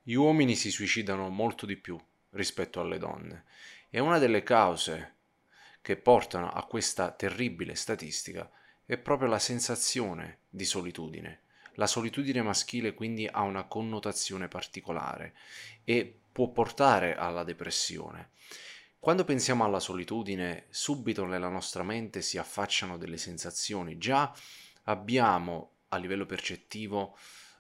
Gli uomini si suicidano molto di più rispetto alle donne e una delle cause che portano a questa terribile statistica è proprio la sensazione di solitudine. La solitudine maschile quindi ha una connotazione particolare e può portare alla depressione. Quando pensiamo alla solitudine, subito nella nostra mente si affacciano delle sensazioni. Già abbiamo a livello percettivo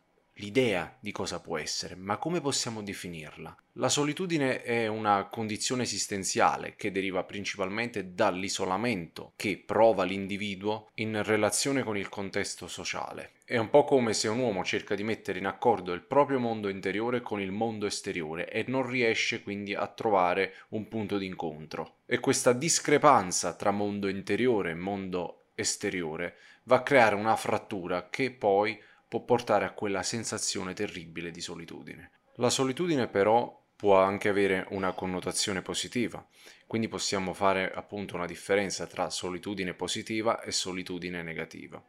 l'idea di cosa può essere, ma come possiamo definirla? La solitudine è una condizione esistenziale che deriva principalmente dall'isolamento che prova l'individuo in relazione con il contesto sociale. È un po' come se un uomo cerca di mettere in accordo il proprio mondo interiore con il mondo esteriore e non riesce quindi a trovare un punto d'incontro. E questa discrepanza tra mondo interiore e mondo esteriore va a creare una frattura che poi può portare a quella sensazione terribile di solitudine. La solitudine però può anche avere una connotazione positiva, quindi possiamo fare appunto una differenza tra solitudine positiva e solitudine negativa,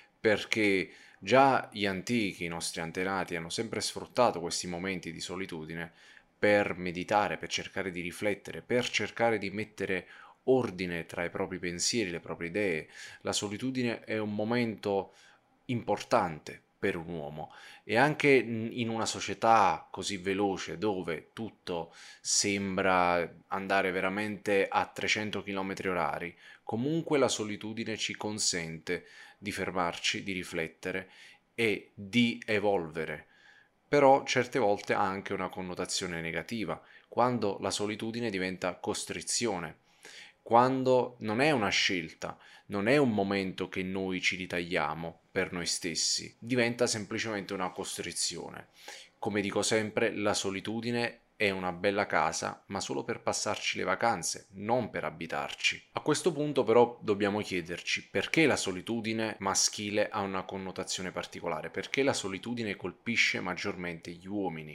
perché già gli antichi, i nostri antenati, hanno sempre sfruttato questi momenti di solitudine per meditare, per cercare di riflettere, per cercare di mettere ordine tra i propri pensieri, le proprie idee. La solitudine è un momento importante per un uomo e anche in una società così veloce dove tutto sembra andare veramente a 300 km orari, comunque la solitudine ci consente di fermarci, di riflettere e di evolvere. Però certe volte ha anche una connotazione negativa, quando la solitudine diventa costrizione, quando non è una scelta, non è un momento che noi ci ritagliamo per noi stessi, diventa semplicemente una costrizione. Come dico sempre, la solitudine è una bella casa, ma solo per passarci le vacanze, non per abitarci. A questo punto però dobbiamo chiederci perché la solitudine maschile ha una connotazione particolare, perché la solitudine colpisce maggiormente gli uomini.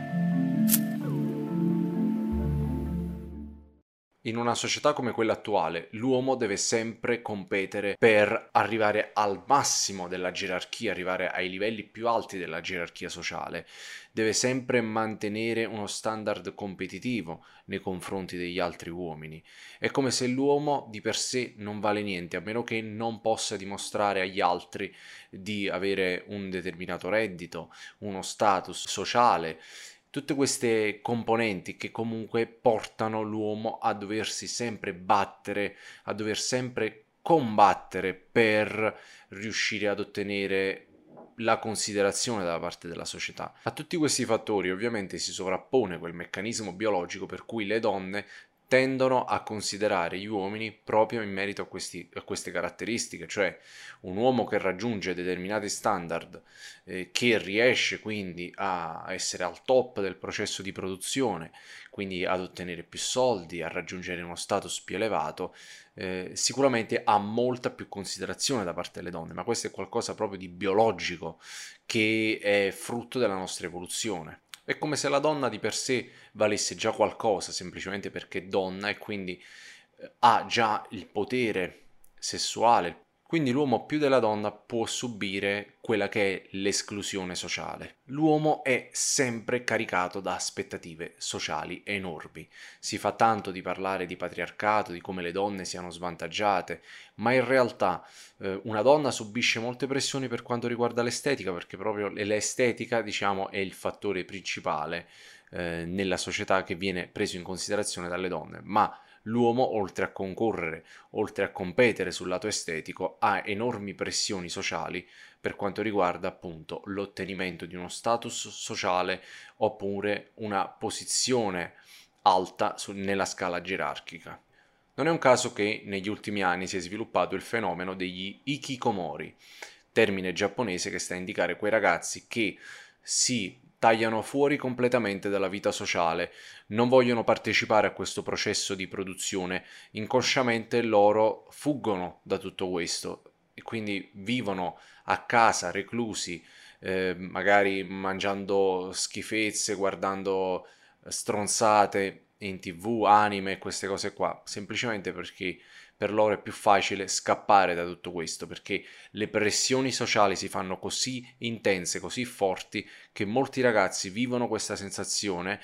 In una società come quella attuale, l'uomo deve sempre competere per arrivare al massimo della gerarchia, arrivare ai livelli più alti della gerarchia sociale. Deve sempre mantenere uno standard competitivo nei confronti degli altri uomini. È come se l'uomo di per sé non vale niente, a meno che non possa dimostrare agli altri di avere un determinato reddito, uno status sociale. Tutte queste componenti che comunque portano l'uomo a doversi sempre battere, a dover sempre combattere per riuscire ad ottenere la considerazione da parte della società. A tutti questi fattori ovviamente si sovrappone quel meccanismo biologico per cui le donne tendono a considerare gli uomini proprio in merito a queste caratteristiche, cioè un uomo che raggiunge determinati standard, che riesce quindi a essere al top del processo di produzione, quindi ad ottenere più soldi, a raggiungere uno status più elevato, sicuramente ha molta più considerazione da parte delle donne, ma questo è qualcosa proprio di biologico che è frutto della nostra evoluzione. È come se la donna di per sé valesse già qualcosa, semplicemente perché è donna e quindi ha già il potere sessuale. Quindi l'uomo più della donna può subire quella che è l'esclusione sociale. L'uomo è sempre caricato da aspettative sociali enormi. Si fa tanto di parlare di patriarcato, di come le donne siano svantaggiate, ma in realtà una donna subisce molte pressioni per quanto riguarda l'estetica, perché proprio l'estetica, diciamo, è il fattore principale nella società che viene preso in considerazione dalle donne, ma l'uomo, oltre a concorrere, oltre a competere sul lato estetico, ha enormi pressioni sociali per quanto riguarda appunto l'ottenimento di uno status sociale oppure una posizione alta nella scala gerarchica. Non è un caso che negli ultimi anni si è sviluppato il fenomeno degli hikikomori, termine giapponese che sta a indicare quei ragazzi che si tagliano fuori completamente dalla vita sociale, non vogliono partecipare a questo processo di produzione, inconsciamente loro fuggono da tutto questo e quindi vivono a casa reclusi, magari mangiando schifezze, guardando stronzate in TV, anime, queste cose qua, semplicemente perché per loro è più facile scappare da tutto questo, perché le pressioni sociali si fanno così intense, così forti, che molti ragazzi vivono questa sensazione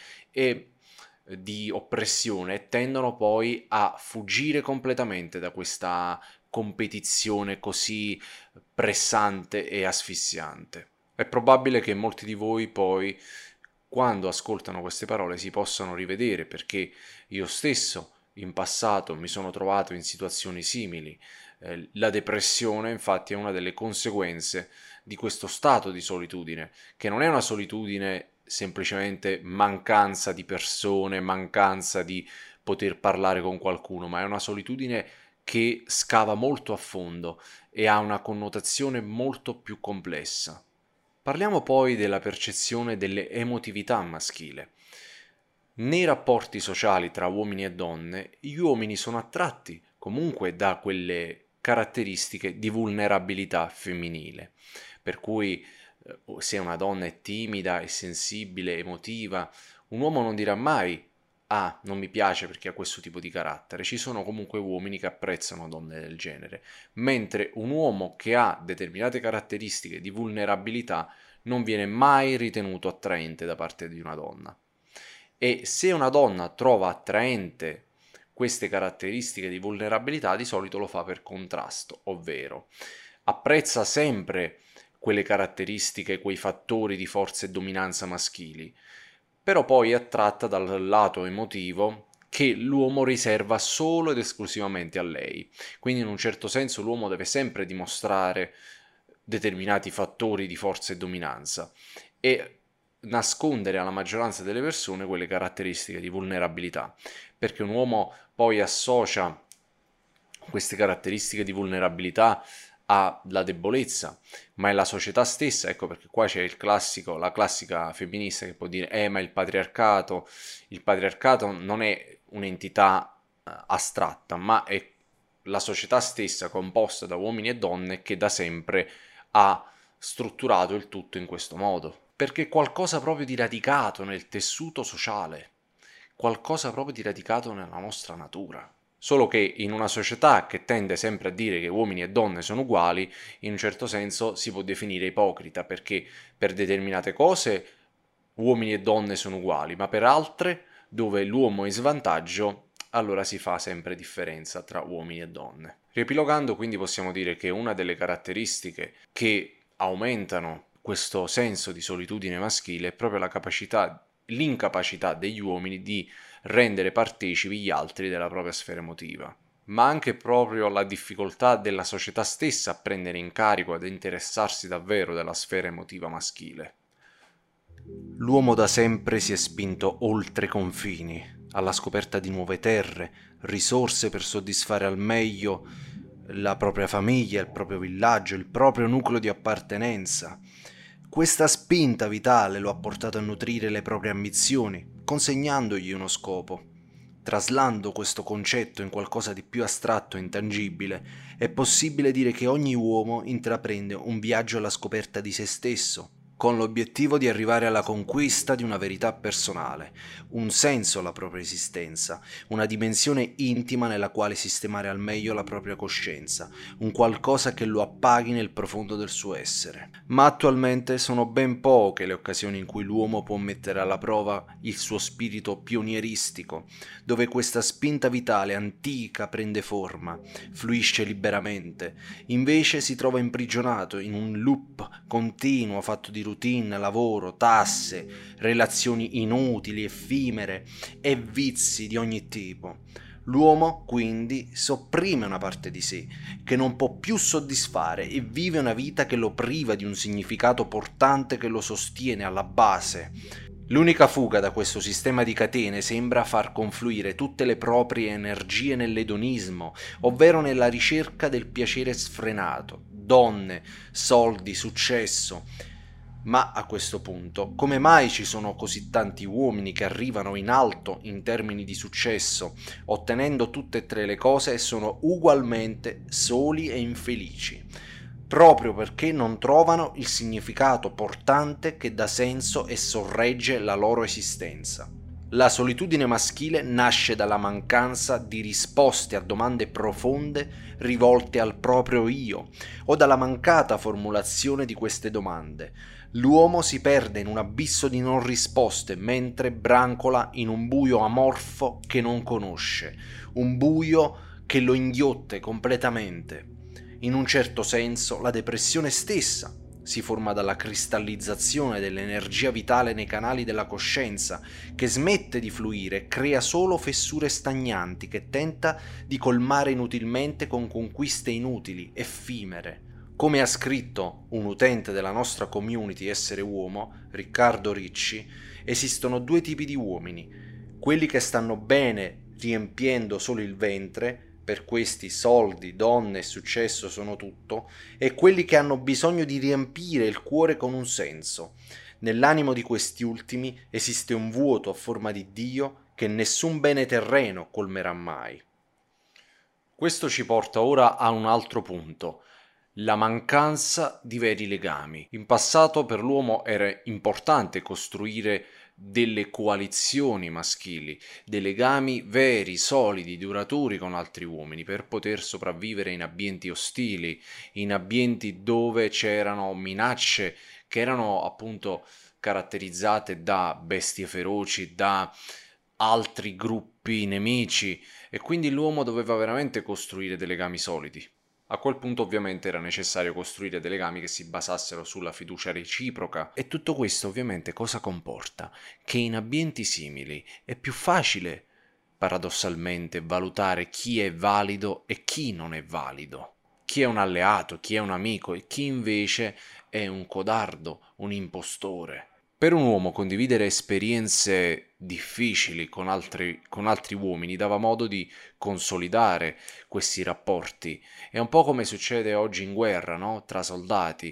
di oppressione e tendono poi a fuggire completamente da questa competizione così pressante e asfissiante. È probabile che molti di voi poi, quando ascoltano queste parole, si possano rivedere, perché io stesso in passato mi sono trovato in situazioni simili. La depressione, infatti, è una delle conseguenze di questo stato di solitudine, che non è una solitudine semplicemente mancanza di persone, mancanza di poter parlare con qualcuno, ma è una solitudine che scava molto a fondo e ha una connotazione molto più complessa. Parliamo poi della percezione delle emotività maschile. Nei rapporti sociali tra uomini e donne, gli uomini sono attratti comunque da quelle caratteristiche di vulnerabilità femminile, per cui se una donna è timida, è sensibile, emotiva, un uomo non dirà mai "ah, non mi piace perché ha questo tipo di carattere". Ci sono comunque uomini che apprezzano donne del genere, mentre un uomo che ha determinate caratteristiche di vulnerabilità non viene mai ritenuto attraente da parte di una donna. E se una donna trova attraente queste caratteristiche di vulnerabilità, di solito lo fa per contrasto, ovvero apprezza sempre quelle caratteristiche, quei fattori di forza e dominanza maschili, però poi è attratta dal lato emotivo che l'uomo riserva solo ed esclusivamente a lei. Quindi in un certo senso l'uomo deve sempre dimostrare determinati fattori di forza e dominanza e nascondere alla maggioranza delle persone quelle caratteristiche di vulnerabilità, perché un uomo poi associa queste caratteristiche di vulnerabilità alla debolezza, ma è la società stessa, ecco perché qua c'è la classica femminista che può dire ma il patriarcato non è un'entità astratta, ma è la società stessa composta da uomini e donne che da sempre ha strutturato il tutto in questo modo, perché è qualcosa proprio di radicato nel tessuto sociale, qualcosa proprio di radicato nella nostra natura. Solo che in una società che tende sempre a dire che uomini e donne sono uguali, in un certo senso si può definire ipocrita, perché per determinate cose uomini e donne sono uguali, ma per altre, dove l'uomo è in svantaggio, allora si fa sempre differenza tra uomini e donne. Riepilogando, quindi possiamo dire che una delle caratteristiche che aumentano questo senso di solitudine maschile è proprio l'incapacità degli uomini di rendere partecipi gli altri della propria sfera emotiva, ma anche proprio la difficoltà della società stessa a prendere in carico ed interessarsi davvero della sfera emotiva maschile. L'uomo da sempre si è spinto oltre i confini, alla scoperta di nuove terre, risorse per soddisfare al meglio la propria famiglia, il proprio villaggio, il proprio nucleo di appartenenza. Questa spinta vitale lo ha portato a nutrire le proprie ambizioni, consegnandogli uno scopo. Traslando questo concetto in qualcosa di più astratto e intangibile, è possibile dire che ogni uomo intraprende un viaggio alla scoperta di se stesso, con l'obiettivo di arrivare alla conquista di una verità personale, un senso alla propria esistenza, una dimensione intima nella quale sistemare al meglio la propria coscienza, un qualcosa che lo appaghi nel profondo del suo essere. Ma attualmente sono ben poche le occasioni in cui l'uomo può mettere alla prova il suo spirito pionieristico, dove questa spinta vitale antica prende forma, fluisce liberamente, invece si trova imprigionato in un loop continuo fatto di routine, lavoro, tasse, relazioni inutili, effimere e vizi di ogni tipo. L'uomo, quindi, sopprime una parte di sé, che non può più soddisfare e vive una vita che lo priva di un significato portante che lo sostiene alla base. L'unica fuga da questo sistema di catene sembra far confluire tutte le proprie energie nell'edonismo, ovvero nella ricerca del piacere sfrenato, donne, soldi, successo. Ma a questo punto, come mai ci sono così tanti uomini che arrivano in alto in termini di successo, ottenendo tutte e tre le cose e sono ugualmente soli e infelici? Proprio perché non trovano il significato portante che dà senso e sorregge la loro esistenza. La solitudine maschile nasce dalla mancanza di risposte a domande profonde rivolte al proprio io o dalla mancata formulazione di queste domande. L'uomo si perde in un abisso di non risposte mentre brancola in un buio amorfo che non conosce, un buio che lo inghiotte completamente. In un certo senso, la depressione stessa si forma dalla cristallizzazione dell'energia vitale nei canali della coscienza, che smette di fluire e crea solo fessure stagnanti che tenta di colmare inutilmente con conquiste inutili, effimere. Come ha scritto un utente della nostra community Essere Uomo, Riccardo Ricci, esistono due tipi di uomini: quelli che stanno bene riempiendo solo il ventre, per questi soldi, donne e successo sono tutto, e quelli che hanno bisogno di riempire il cuore con un senso. Nell'animo di questi ultimi esiste un vuoto a forma di Dio che nessun bene terreno colmerà mai. Questo ci porta ora a un altro punto: la mancanza di veri legami. In passato per l'uomo era importante costruire delle coalizioni maschili, dei legami veri, solidi, duraturi con altri uomini per poter sopravvivere in ambienti ostili, in ambienti dove c'erano minacce che erano appunto caratterizzate da bestie feroci, da altri gruppi nemici, e quindi l'uomo doveva veramente costruire dei legami solidi. A quel punto ovviamente era necessario costruire dei legami che si basassero sulla fiducia reciproca, e tutto questo ovviamente cosa comporta? Che in ambienti simili è più facile, paradossalmente, valutare chi è valido e chi non è valido, chi è un alleato, chi è un amico e chi invece è un codardo, un impostore. Per un uomo condividere esperienze difficili con altri uomini dava modo di consolidare questi rapporti. È un po' come succede oggi in guerra, no? Tra soldati.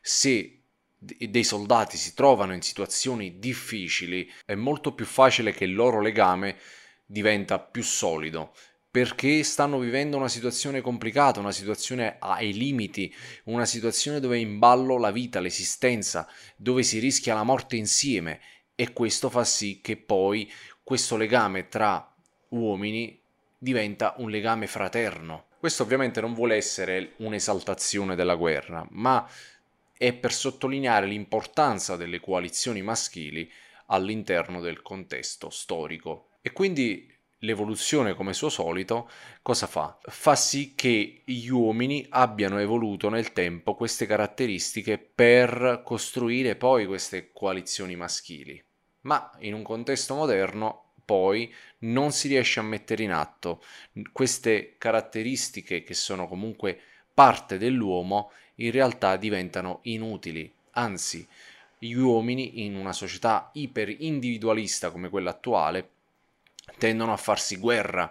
Se dei soldati si trovano in situazioni difficili, è molto più facile che il loro legame diventa più solido, perché stanno vivendo una situazione complicata, una situazione ai limiti, una situazione dove è in ballo la vita, l'esistenza, dove si rischia la morte insieme, e questo fa sì che poi questo legame tra uomini diventa un legame fraterno. Questo ovviamente non vuole essere un'esaltazione della guerra, ma è per sottolineare l'importanza delle coalizioni maschili all'interno del contesto storico. E quindi l'evoluzione, come suo solito, cosa fa? Fa sì che gli uomini abbiano evoluto nel tempo queste caratteristiche per costruire poi queste coalizioni maschili. Ma in un contesto moderno poi non si riesce a mettere in atto queste caratteristiche che sono comunque parte dell'uomo, in realtà diventano inutili, anzi gli uomini in una società iper individualista come quella attuale tendono a farsi guerra,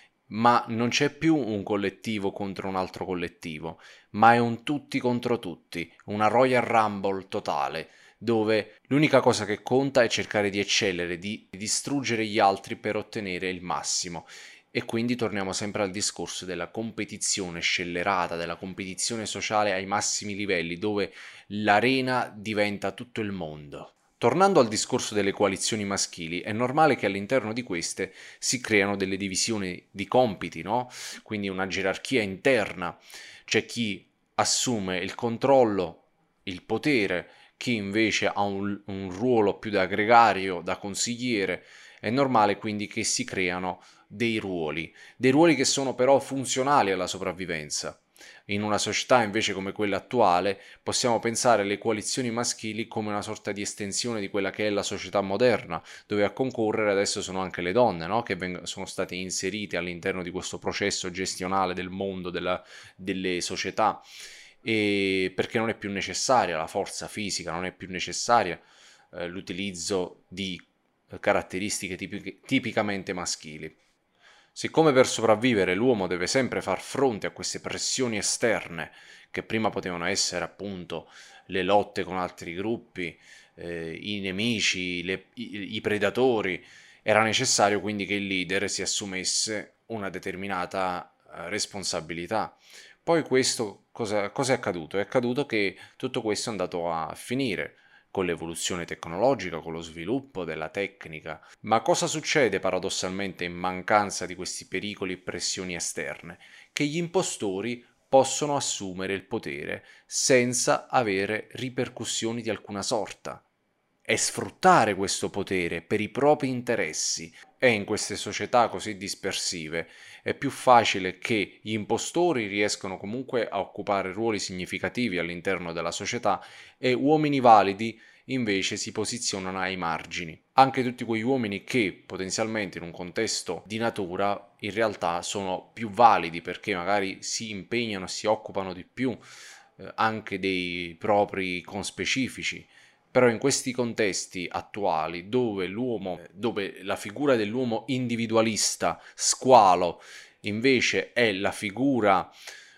ma non c'è più un collettivo contro un altro collettivo, ma è un tutti contro tutti, una Royal Rumble totale, dove l'unica cosa che conta è cercare di eccellere, di distruggere gli altri per ottenere il massimo. E quindi torniamo sempre al discorso della competizione scellerata, della competizione sociale ai massimi livelli, dove l'arena diventa tutto il mondo. Tornando al discorso delle coalizioni maschili, è normale che all'interno di queste si creano delle divisioni di compiti, no? Quindi una gerarchia interna. C'è chi assume il controllo, il potere, chi invece ha un ruolo più da gregario, da consigliere. È normale quindi che si creano dei ruoli che sono però funzionali alla sopravvivenza. In una società invece come quella attuale possiamo pensare alle coalizioni maschili come una sorta di estensione di quella che è la società moderna, dove a concorrere adesso sono anche le donne, no? Che sono state inserite all'interno di questo processo gestionale del mondo, delle società, e perché non è più necessaria la forza fisica, non è più necessaria l'utilizzo di caratteristiche tipicamente maschili. Siccome per sopravvivere l'uomo deve sempre far fronte a queste pressioni esterne, che prima potevano essere appunto le lotte con altri gruppi, i nemici, i predatori, era necessario quindi che il leader si assumesse una determinata responsabilità. Poi questo cosa è accaduto? È accaduto che tutto questo è andato a finire con l'evoluzione tecnologica, con lo sviluppo della tecnica. Ma cosa succede paradossalmente in mancanza di questi pericoli e pressioni esterne? Che gli impostori possono assumere il potere senza avere ripercussioni di alcuna sorta e sfruttare questo potere per i propri interessi. E in queste società così dispersive è più facile che gli impostori riescano comunque a occupare ruoli significativi all'interno della società e uomini validi invece si posizionano ai margini. Anche tutti quegli uomini che potenzialmente in un contesto di natura in realtà sono più validi perché magari si impegnano, si occupano di più anche dei propri conspecifici. Però in questi contesti attuali dove la figura dell'uomo individualista, squalo, invece è la figura,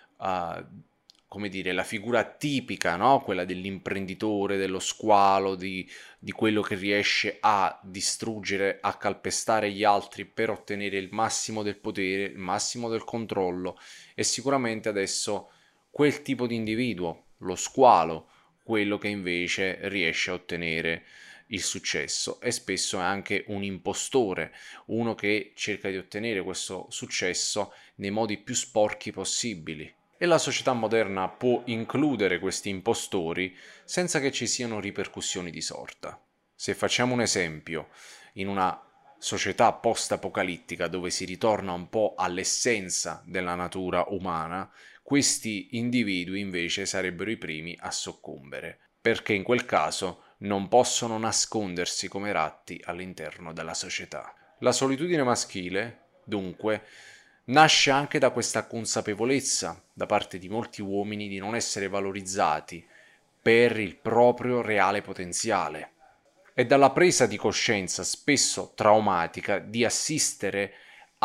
come dire, la figura tipica, no? Quella dell'imprenditore, dello squalo, di quello che riesce a distruggere, a calpestare gli altri per ottenere il massimo del potere, il massimo del controllo. E sicuramente adesso quel tipo di individuo, lo squalo, quello che invece riesce a ottenere il successo e spesso è anche un impostore, uno che cerca di ottenere questo successo nei modi più sporchi possibili. E la società moderna può includere questi impostori senza che ci siano ripercussioni di sorta. Se facciamo un esempio, in una società post-apocalittica dove si ritorna un po' all'essenza della natura umana, questi individui invece sarebbero i primi a soccombere, perché in quel caso non possono nascondersi come ratti all'interno della società. La solitudine maschile, dunque, nasce anche da questa consapevolezza da parte di molti uomini di non essere valorizzati per il proprio reale potenziale e dalla presa di coscienza spesso traumatica di assistere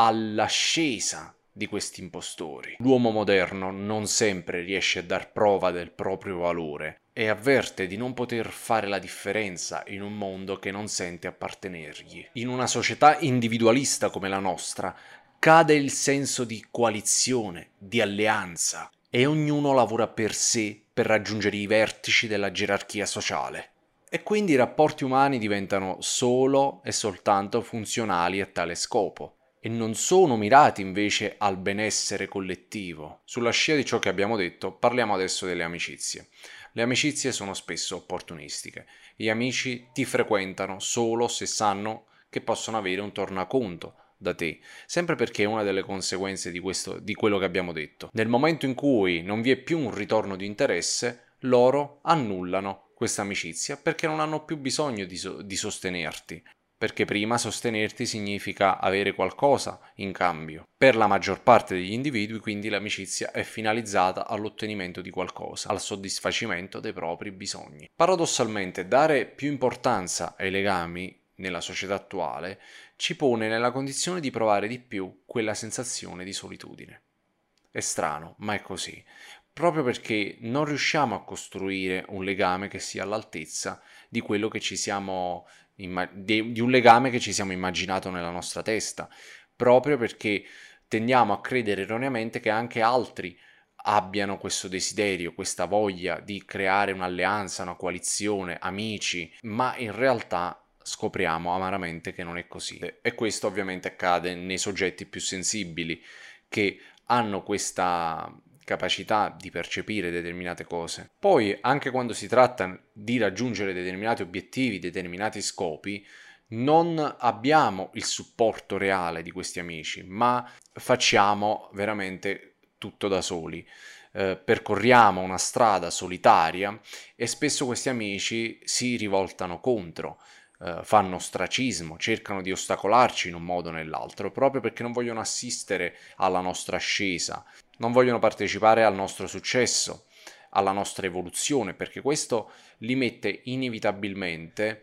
all'ascesa di questi impostori. L'uomo moderno non sempre riesce a dar prova del proprio valore e avverte di non poter fare la differenza in un mondo che non sente appartenergli. In una società individualista come la nostra cade il senso di coalizione, di alleanza e ognuno lavora per sé per raggiungere i vertici della gerarchia sociale. E quindi i rapporti umani diventano solo e soltanto funzionali a tale scopo e non sono mirati invece al benessere collettivo. Sulla scia di ciò che abbiamo detto, parliamo adesso delle amicizie. Le amicizie sono spesso opportunistiche. Gli amici ti frequentano solo se sanno che possono avere un tornaconto da te, sempre perché è una delle conseguenze di quello che abbiamo detto. Nel momento in cui non vi è più un ritorno di interesse, loro annullano questa amicizia perché non hanno più bisogno di sostenerti, perché prima sostenerti significa avere qualcosa in cambio. Per la maggior parte degli individui quindi l'amicizia è finalizzata all'ottenimento di qualcosa, al soddisfacimento dei propri bisogni. Paradossalmente dare più importanza ai legami nella società attuale ci pone nella condizione di provare di più quella sensazione di solitudine. È strano, ma è così. Proprio perché non riusciamo a costruire un legame che sia all'altezza di quello che ci siamo di un legame che ci siamo immaginato nella nostra testa, proprio perché tendiamo a credere erroneamente che anche altri abbiano questo desiderio, questa voglia di creare un'alleanza, una coalizione, amici, ma in realtà scopriamo amaramente che non è così. E questo ovviamente accade nei soggetti più sensibili che hanno questa capacità di percepire determinate cose. Poi, anche quando si tratta di raggiungere determinati obiettivi, determinati scopi, non abbiamo il supporto reale di questi amici, ma facciamo veramente tutto da soli. Percorriamo una strada solitaria e spesso questi amici si rivoltano contro. Fanno ostracismo, cercano di ostacolarci in un modo o nell'altro, proprio perché non vogliono assistere alla nostra ascesa, non vogliono partecipare al nostro successo, alla nostra evoluzione, perché questo li mette inevitabilmente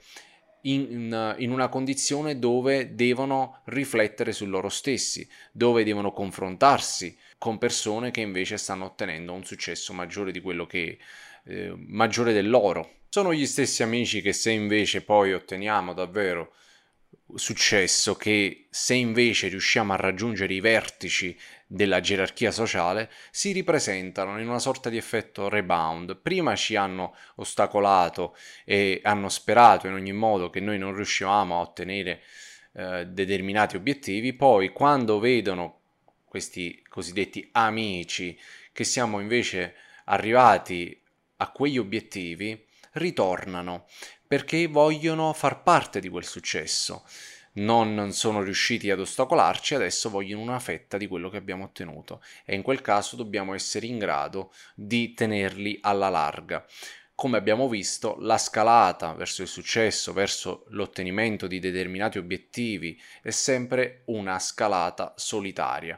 in una condizione dove devono riflettere su loro stessi, dove devono confrontarsi con persone che invece stanno ottenendo un successo maggiore di quello che maggiore del loro. Sono gli stessi amici che se invece poi otteniamo davvero successo che se invece riusciamo a raggiungere i vertici della gerarchia sociale si ripresentano in una sorta di effetto rebound. Prima ci hanno ostacolato e hanno sperato in ogni modo che noi non riuscivamo a ottenere determinati obiettivi, poi quando vedono questi cosiddetti amici che siamo invece arrivati a quegli obiettivi, ritornano perché vogliono far parte di quel successo. Non sono riusciti ad ostacolarci, adesso vogliono una fetta di quello che abbiamo ottenuto e in quel caso dobbiamo essere in grado di tenerli alla larga. Come abbiamo visto, la scalata verso il successo, verso l'ottenimento di determinati obiettivi, è sempre una scalata solitaria.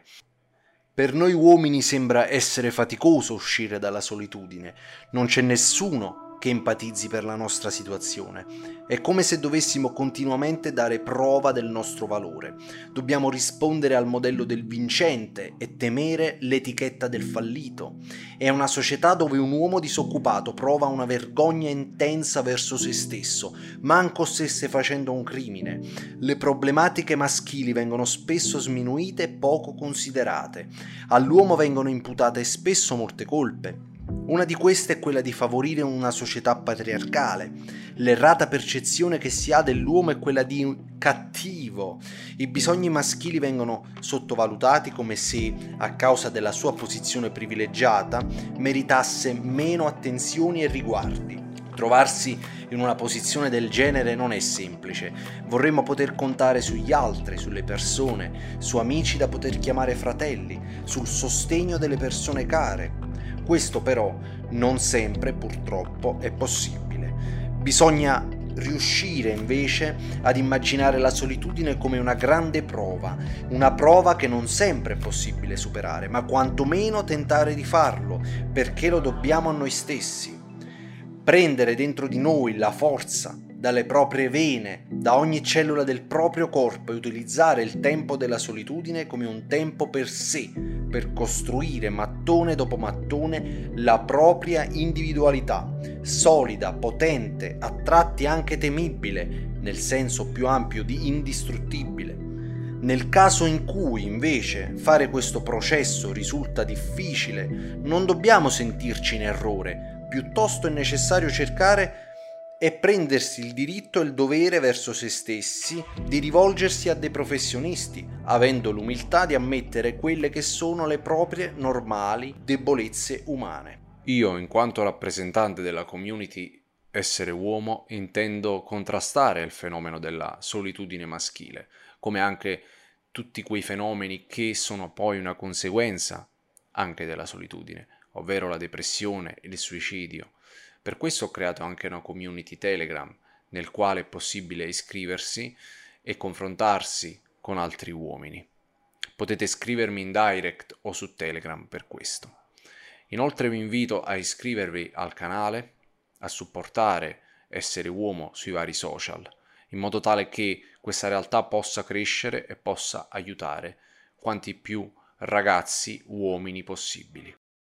Per noi uomini sembra essere faticoso uscire dalla solitudine, non c'è nessuno che empatizzi per la nostra situazione. È come se dovessimo continuamente dare prova del nostro valore. Dobbiamo rispondere al modello del vincente e temere l'etichetta del fallito. È una società dove un uomo disoccupato prova una vergogna intensa verso se stesso, manco se stesse facendo un crimine. Le problematiche maschili vengono spesso sminuite e poco considerate. All'uomo vengono imputate spesso molte colpe. Una di queste è quella di favorire una società patriarcale. L'errata percezione che si ha dell'uomo è quella di un cattivo. I bisogni maschili vengono sottovalutati come se, a causa della sua posizione privilegiata, meritasse meno attenzioni e riguardi. Trovarsi in una posizione del genere non è semplice. Vorremmo poter contare sugli altri, sulle persone, su amici da poter chiamare fratelli, sul sostegno delle persone care. Questo però non sempre, purtroppo, è possibile. Bisogna riuscire invece ad immaginare la solitudine come una grande prova, una prova che non sempre è possibile superare, ma quantomeno tentare di farlo, perché lo dobbiamo a noi stessi. Prendere dentro di noi la forza dalle proprie vene, da ogni cellula del proprio corpo e utilizzare il tempo della solitudine come un tempo per sé, per costruire mattone dopo mattone la propria individualità, solida, potente, a tratti anche temibile, nel senso più ampio di indistruttibile. Nel caso in cui invece fare questo processo risulta difficile, non dobbiamo sentirci in errore, piuttosto è necessario cercare e prendersi il diritto e il dovere verso se stessi di rivolgersi a dei professionisti, avendo l'umiltà di ammettere quelle che sono le proprie normali debolezze umane. Io, in quanto rappresentante della community essere uomo, intendo contrastare il fenomeno della solitudine maschile, come anche tutti quei fenomeni che sono poi una conseguenza anche della solitudine, ovvero la depressione e il suicidio. Per questo ho creato anche una community Telegram, nel quale è possibile iscriversi e confrontarsi con altri uomini. Potete scrivermi in direct o su Telegram per questo. Inoltre vi invito a iscrivervi al canale, a supportare Essere Uomo sui vari social, in modo tale che questa realtà possa crescere e possa aiutare quanti più ragazzi uomini possibili.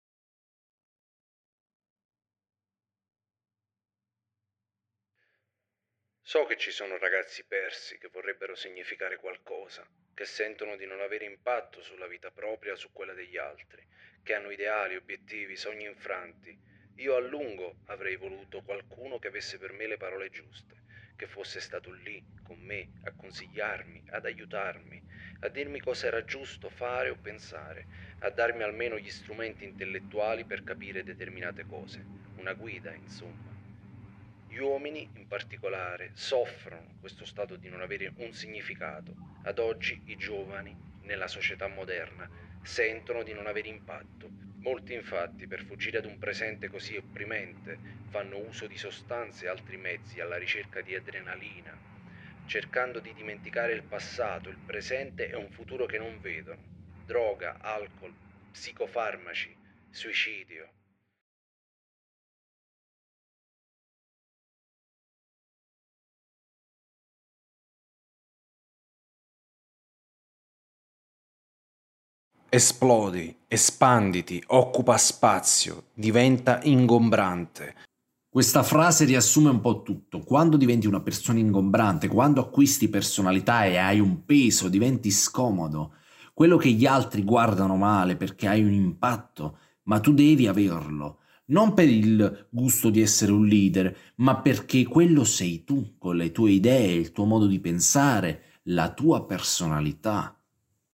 So che ci sono ragazzi persi che vorrebbero significare qualcosa, che sentono di non avere impatto sulla vita propria o su quella degli altri, che hanno ideali, obiettivi, sogni infranti. Io a lungo avrei voluto qualcuno che avesse per me le parole giuste, che fosse stato lì con me a consigliarmi, ad aiutarmi, a dirmi cosa era giusto fare o pensare, a darmi almeno gli strumenti intellettuali per capire determinate cose, una guida, insomma. Gli uomini, in particolare, soffrono questo stato di non avere un significato. Ad oggi i giovani, nella società moderna, sentono di non avere impatto. Molti infatti, per fuggire ad un presente così opprimente, fanno uso di sostanze e altri mezzi alla ricerca di adrenalina, cercando di dimenticare il passato, il presente e un futuro che non vedono. Droga, alcol, psicofarmaci, suicidio. Esplodi, espanditi, occupa spazio, diventa ingombrante. Questa frase riassume un po' tutto. Quando diventi una persona ingombrante, quando acquisti personalità e hai un peso, diventi scomodo. Quello che gli altri guardano male perché hai un impatto, ma tu devi averlo. Non per il gusto di essere un leader, ma perché quello sei tu, con le tue idee, il tuo modo di pensare, la tua personalità.